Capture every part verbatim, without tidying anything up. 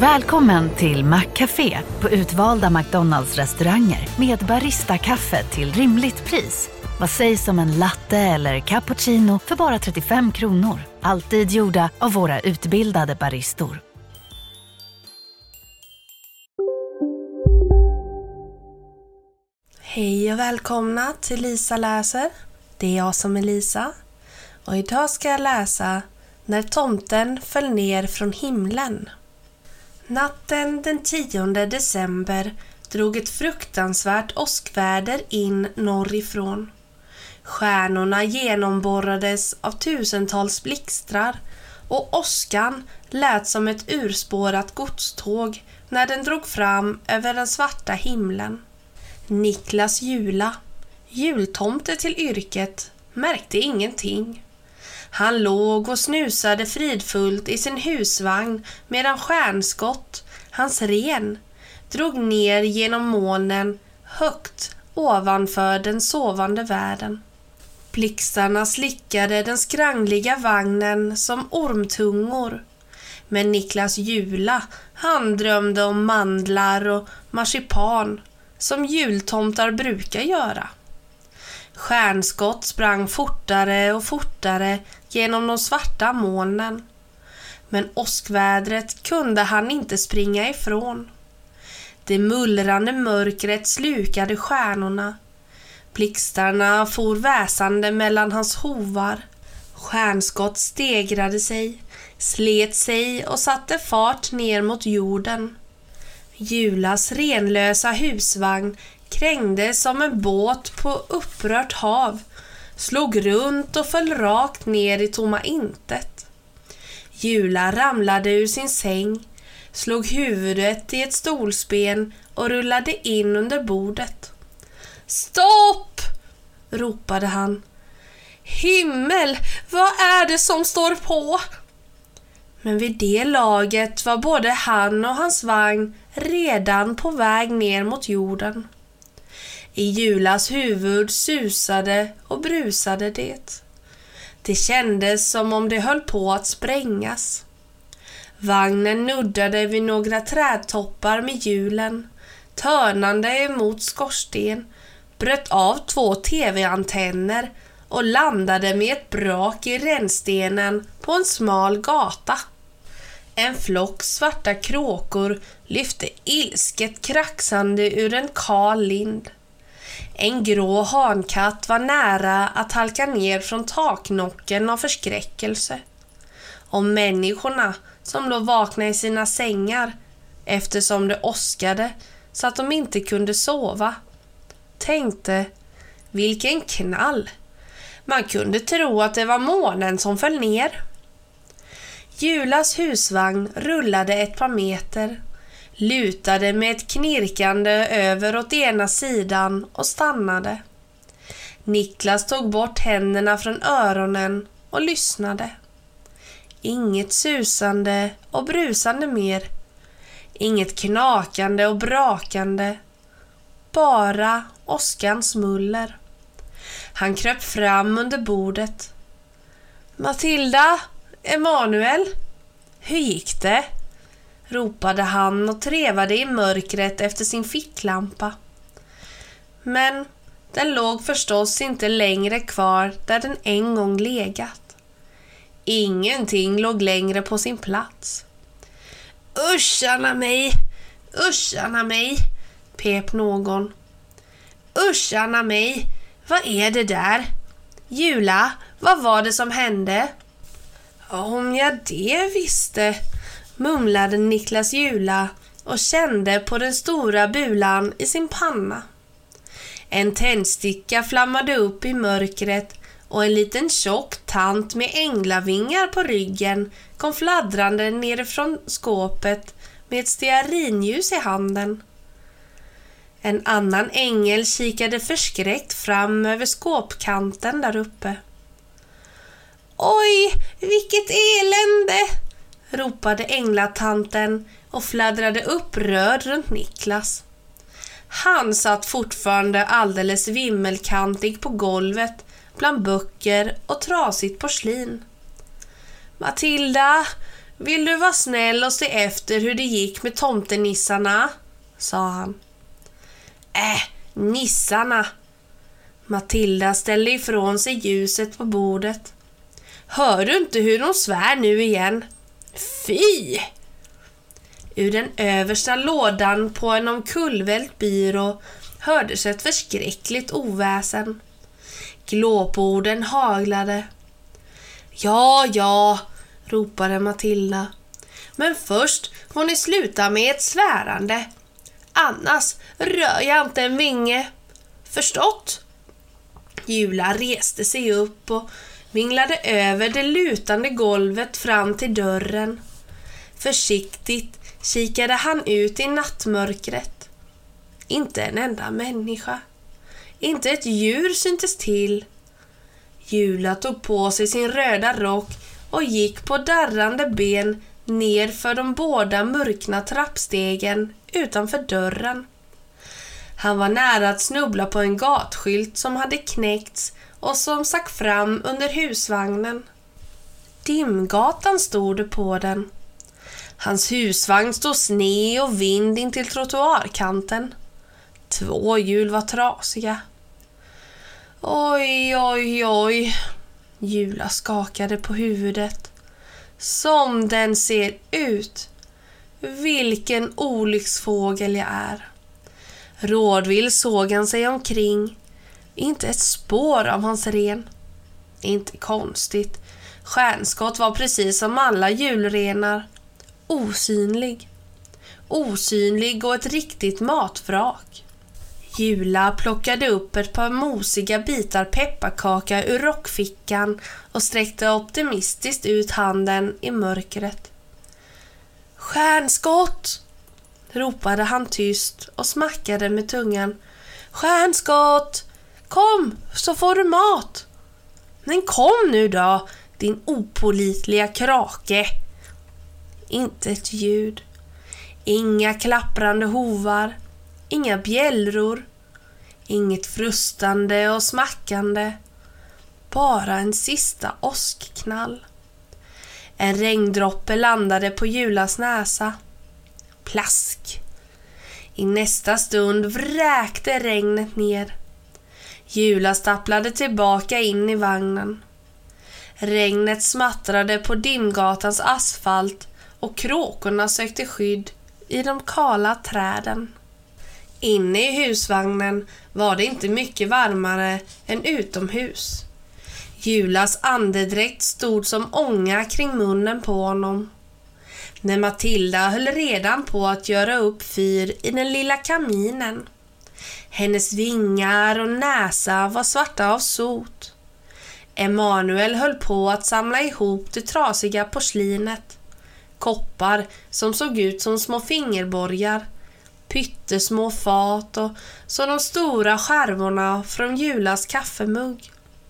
Välkommen till Maccafé på utvalda McDonalds-restauranger med Barista-kaffe till rimligt pris. Vad sägs om en latte eller cappuccino för bara trettiofem kronor? Alltid gjorda av våra utbildade baristor. Hej och välkomna till Lisa läser. Det är jag som är Lisa. Och idag ska jag läsa När tomten föll ner från himlen. Natten den tionde december drog ett fruktansvärt åskväder in norrifrån. Stjärnorna genomborrades av tusentals blixtrar och åskan lät som ett urspårat godståg när den drog fram över den svarta himlen. Niklas Jula, jultomte till yrket, märkte ingenting. Han låg och snusade fridfullt i sin husvagn medan stjärnskott, hans ren, drog ner genom molnen högt ovanför den sovande världen. Blixtarna slickade den skrangliga vagnen som ormtungor. Men Niklas Jula, han drömde om mandlar och marsipan som jultomtar brukar göra. Stjärnskott sprang fortare och fortare genom de svarta molnen. Men åskvädret kunde han inte springa ifrån. Det mullrande mörkret slukade stjärnorna. Blixtarna for väsande mellan hans hovar. Stjärnskott stegrade sig, slet sig och satte fart ner mot jorden. Julas renlösa husvagn krängde som en båt på upprört hav, slog runt och föll rakt ner i tomma intet. Jula ramlade ur sin säng, slog huvudet i ett stolsben och rullade in under bordet. Stopp! Ropade han. Himmel, vad är det som står på? Men vid det laget var både han och hans vagn redan på väg ner mot jorden. I Julas huvud susade och brusade det. Det kändes som om det höll på att sprängas. Vagnen nuddade vid några trädtoppar med hjulen, törnande emot skorsten, bröt av två tv-antenner och landade med ett brak i rännstenen på en smal gata. En flock svarta kråkor lyfte ilsket kraxande ur en kal lind. En grå hankatt var nära att halka ner från taknocken av förskräckelse. Och människorna som låg vakna i sina sängar eftersom det åskade så att de inte kunde sova tänkte, vilken knall. Man kunde tro att det var månen som föll ner. Julas husvagn rullade ett par meter, lutade med ett knirkande över åt ena sidan och stannade. Niklas tog bort händerna från öronen och lyssnade. Inget susande och brusande mer. Inget knakande och brakande. Bara åskans muller. Han kröp fram under bordet. Matilda, Emanuel, hur gick det? Ropade han och trevade i mörkret efter sin ficklampa. Men den låg förstås inte längre kvar där den en gång legat. Ingenting låg längre på sin plats. Uscharna mig, uscharna mig, pep någon. Uscharna mig, vad är det där? Jula, vad var det som hände? Om jag det visste, mumlade Niklas Jula och kände på den stora bulan i sin panna. En tändsticka flammade upp i mörkret och en liten tjock tant med änglavingar på ryggen kom fladdrande nerifrån skåpet med ett stearinljus i handen. En annan ängel kikade förskräckt fram över skåpkanten där uppe. Oj, vilket elände! Ropade änglatanten och fladdrade upprörd runt Niklas. Han satt fortfarande alldeles vimmelkantig på golvet bland böcker och trasigt porslin. Matilda, Vill du vara snäll och se efter hur det gick med tomtenissarna? Sa han. Äh, nissarna. Matilda ställde ifrån sig ljuset på bordet. Hör du inte hur de svär nu igen? Fy! Ur den översta lådan på en omkullvält byrå hördes ett förskräckligt oväsen. Glåporden haglade. Ja, ja, ropade Matilda. Men först får ni sluta med ett svärande. Annars rör jag inte en vinge. Förstått? Jula reste sig upp och vinglade över det lutande golvet fram till dörren. Försiktigt kikade han ut i nattmörkret. Inte en enda människa. Inte ett djur syntes till. Jula tog på sig sin röda rock och gick på darrande ben ner för de båda mörkna trappstegen utanför dörren. Han var nära att snubbla på en gatskylt som hade knäckts och som stack fram under husvagnen. Dimgatan stod det på den. Hans husvagn stod sned och vind in till trottoarkanten. Två hjul var trasiga. Oj, oj, oj. Jula skakade på huvudet. Som den ser ut. Vilken olycksfågel jag är. Rådvill såg han sig omkring. Inte ett spår av hans ren. Inte konstigt. Stjärnskott var precis som alla julrenar. Osynlig. Osynlig och ett riktigt matvrak. Jula plockade upp ett par mosiga bitar pepparkaka ur rockfickan och sträckte optimistiskt ut handen i mörkret. Stjärnskott! Ropade han tyst och smackade med tungan. Stjärnskott! Kom, så får du mat! Men kom nu då, din opålitliga krake! Inte ett ljud. Inga klapprande hovar. Inga bjällror. Inget frustande och smackande. Bara en sista åskknall. En regndroppe landade på Julas näsa. Plask. I nästa stund vräkte regnet ner. Jula stapplade tillbaka in i vagnen. Regnet smattrade på Dimgatans asfalt och kråkorna sökte skydd i de kala träden. Inne i husvagnen var det inte mycket varmare än utomhus. Julas andedräkt stod som ånga kring munnen på honom. När Matilda höll redan på att göra upp fyr i den lilla kaminen. Hennes vingar och näsa var svarta av sot. Emanuel höll på att samla ihop det trasiga porslinet. Koppar som såg ut som små fingerborgar. Pyttesmå fat och så de stora skärvorna från Julas kaffemugg.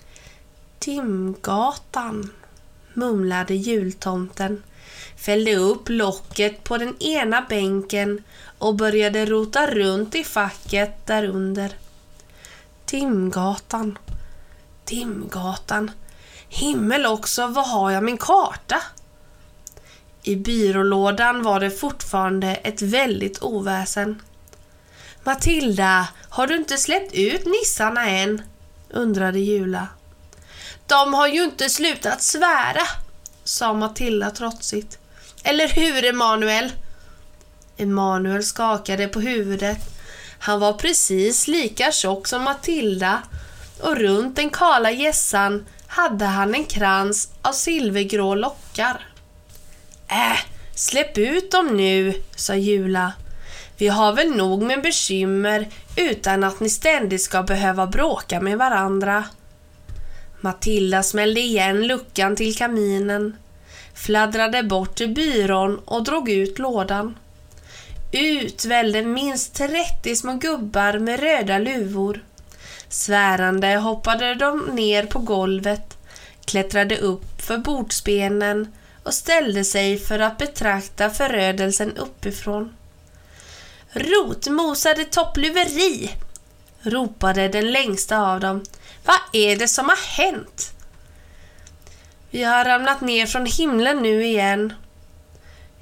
Dimgatan, mumlade jultomten, fällde upp locket på den ena bänken och började rota runt i facket därunder. Dimgatan, Dimgatan, himmel också, vad har jag min karta? I byrålådan var det fortfarande ett väldigt oväsen. Matilda, har du inte släppt ut nissarna än? Undrade Jula. De har ju inte slutat svära, sa Matilda trotsigt. Eller hur, Emanuel? Emanuel skakade på huvudet. Han var precis lika tjock som Matilda och runt den kala gässan hade han en krans av silvergrå lockar. Äh, släpp ut dem nu, sa Jula. Vi har väl nog med bekymmer utan att ni ständigt ska behöva bråka med varandra. Matilda smällde igen luckan till kaminen, fladdrade bort till byrån och drog ut lådan. Ut vällde minst trettio små gubbar med röda luvor. Svärande hoppade de ner på golvet, klättrade upp för bordsbenen och ställde sig för att betrakta förödelsen uppifrån. Rotmosade toppluveri, ropade den längsta av dem. Vad är det som har hänt? Vi har ramlat ner från himlen nu igen,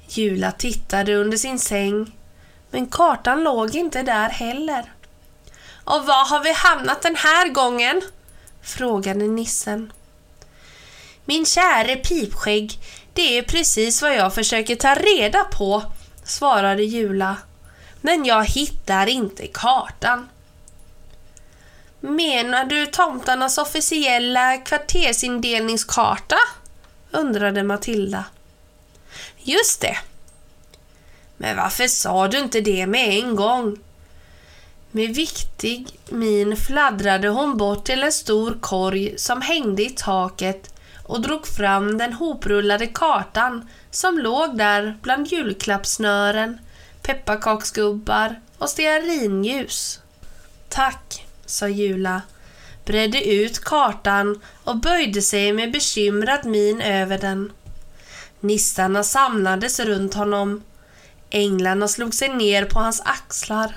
Jula tittade under sin säng, men kartan låg inte där heller. Och var har vi hamnat den här gången? Frågade nissen. Min käre Pipskägg, det är precis vad jag försöker ta reda på, svarade Jula. Men jag hittar inte kartan. Menar du tomtarnas officiella kvartersindelningskarta? Undrade Matilda. Just det. Men varför sa du inte det med en gång? Med viktig min fladdrade hon bort till en stor korg som hängde i taket och drog fram den hoprullade kartan som låg där bland julklappsnören, pepparkaksgubbar och stearinljus. Tack, sa Jula, bredde ut kartan och böjde sig med bekymrad min över den. Nissarna samlades runt honom. Änglarna slog sig ner på hans axlar.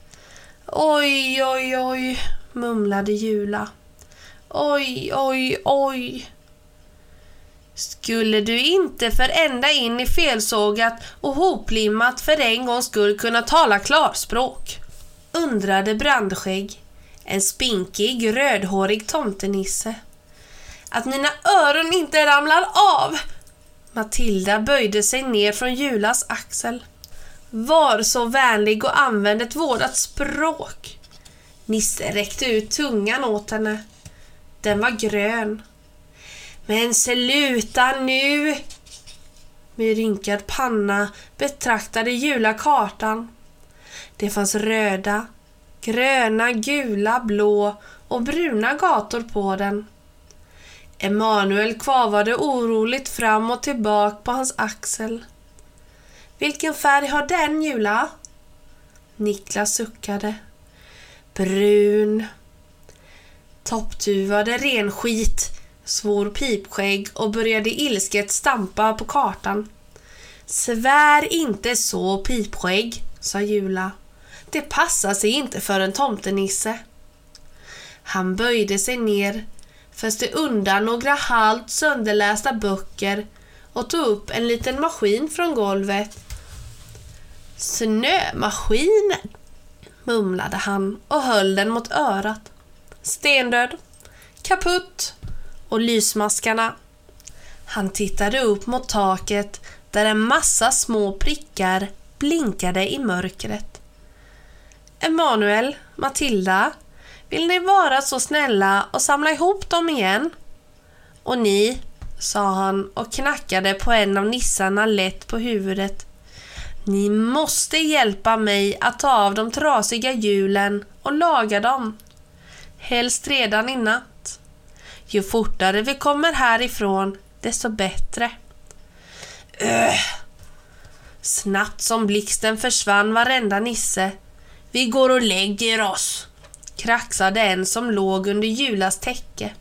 Oj, oj, oj, mumlade Jula. Oj, oj, oj. Skulle du inte för ända in i felsågat och hoplimmat för en gångs skull kunna tala klarspråk? Undrade Brandskägg, en spinkig, rödhårig tomtenisse. Att mina öron inte ramlar av. Matilda böjde sig ner från Julas axel. Var så vänlig och använde ett vårdat språk. Nisse räckte ut tungan åt henne. Den var grön. Men sluta nu! Med rynkad panna betraktade Jula kartan. Det fanns röda, gröna, gula, blå och bruna gator på den. Emanuel kvavade oroligt fram och tillbaka på hans axel. Vilken färg har den, Jula? Niklas suckade. Brun. Topptuvade renskit, svor Pipskägg och började ilsket stampa på kartan. Svär inte så, Pipskägg, sa Jula. Det passar sig inte för en tomtenisse. Han böjde sig ner, fäste undan några halvt sönderlästa böcker och tog upp en liten maskin från golvet. Snömaskinen, mumlade han och höll den mot örat. Stendöd, kaputt och lysmaskarna. Han tittade upp mot taket där en massa små prickar blinkade i mörkret. Emanuel, Matilda, vill ni vara så snälla och samla ihop dem igen? Och ni, sa han och knackade på en av nissarna lätt på huvudet. Ni måste hjälpa mig att ta av de trasiga hjulen och laga dem. Helst redan i natt. Ju fortare vi kommer härifrån, desto bättre. Öh. Snabbt som blixten försvann varenda nisse. Vi går och lägger oss, kraxade en som låg under Julas täcke.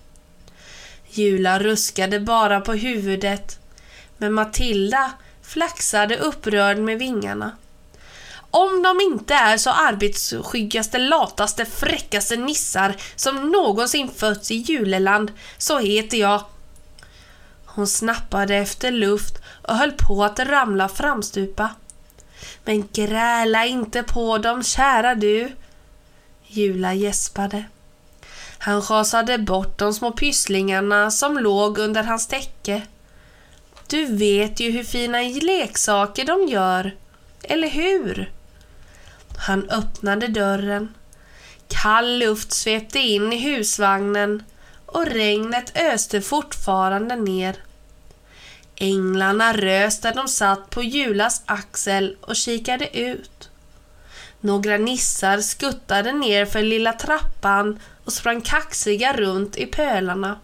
Jula ruskade bara på huvudet, men Matilda flaxade upprörd med vingarna. Om de inte är så arbetsskyggaste, lataste, fräckaste nissar som någonsin fötts i juleland, så heter jag... Hon snappade efter luft och höll på att ramla framstupa. Men gräla inte på dem, kära du. Jula gäspade. Han schasade bort de små pysslingarna som låg under hans täcke. Du vet ju hur fina leksaker de gör, eller hur? Han öppnade dörren. Kall luft svepte in i husvagnen och regnet öste fortfarande ner. Änglarna rös där de satt på Julas axel och kikade ut. Några nissar skuttade ner för lilla trappan och sprang kaxiga runt i pölarna.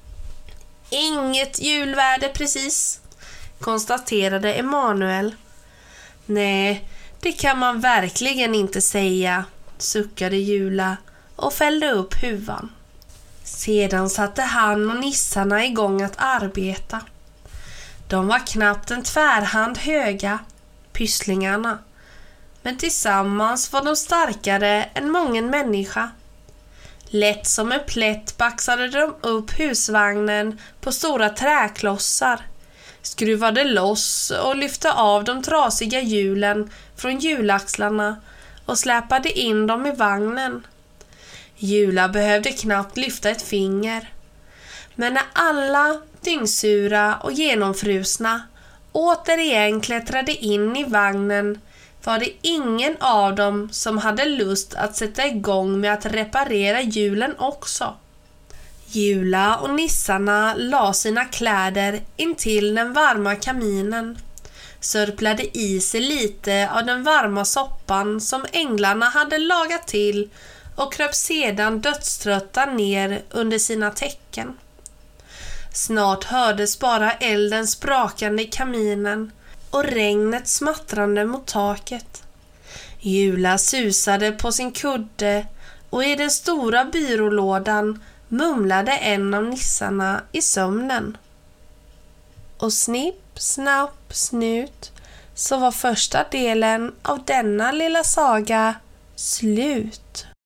Inget julvärde precis, konstaterade Emanuel. Nej, det kan man verkligen inte säga, suckade Jula och fällde upp huvan. Sedan satte han och nissarna igång att arbeta. De var knappt en tvärhand höga, pysslingarna, men tillsammans var de starkare än mången människa. Lätt som en plätt baxade de upp husvagnen på stora träklossar, skruvade loss och lyfte av de trasiga hjulen från hjulaxlarna och släpade in dem i vagnen. Jula behövde knappt lyfta ett finger. Men när alla, dyngsura och genomfrusna, återigen klättrade in i vagnen var det ingen av dem som hade lust att sätta igång med att reparera hjulen också. Jula och nissarna la sina kläder intill den varma kaminen, sörplade i sig lite av den varma soppan som änglarna hade lagat till och kröp sedan dödströtta ner under sina täcken. Snart hördes bara elden sprakande i kaminen och regnet smattrande mot taket. Jula susade på sin kudde och i den stora byrålådan mumlade en av nissarna i sömnen. Och snipp, snapp, snut, så var första delen av denna lilla saga slut.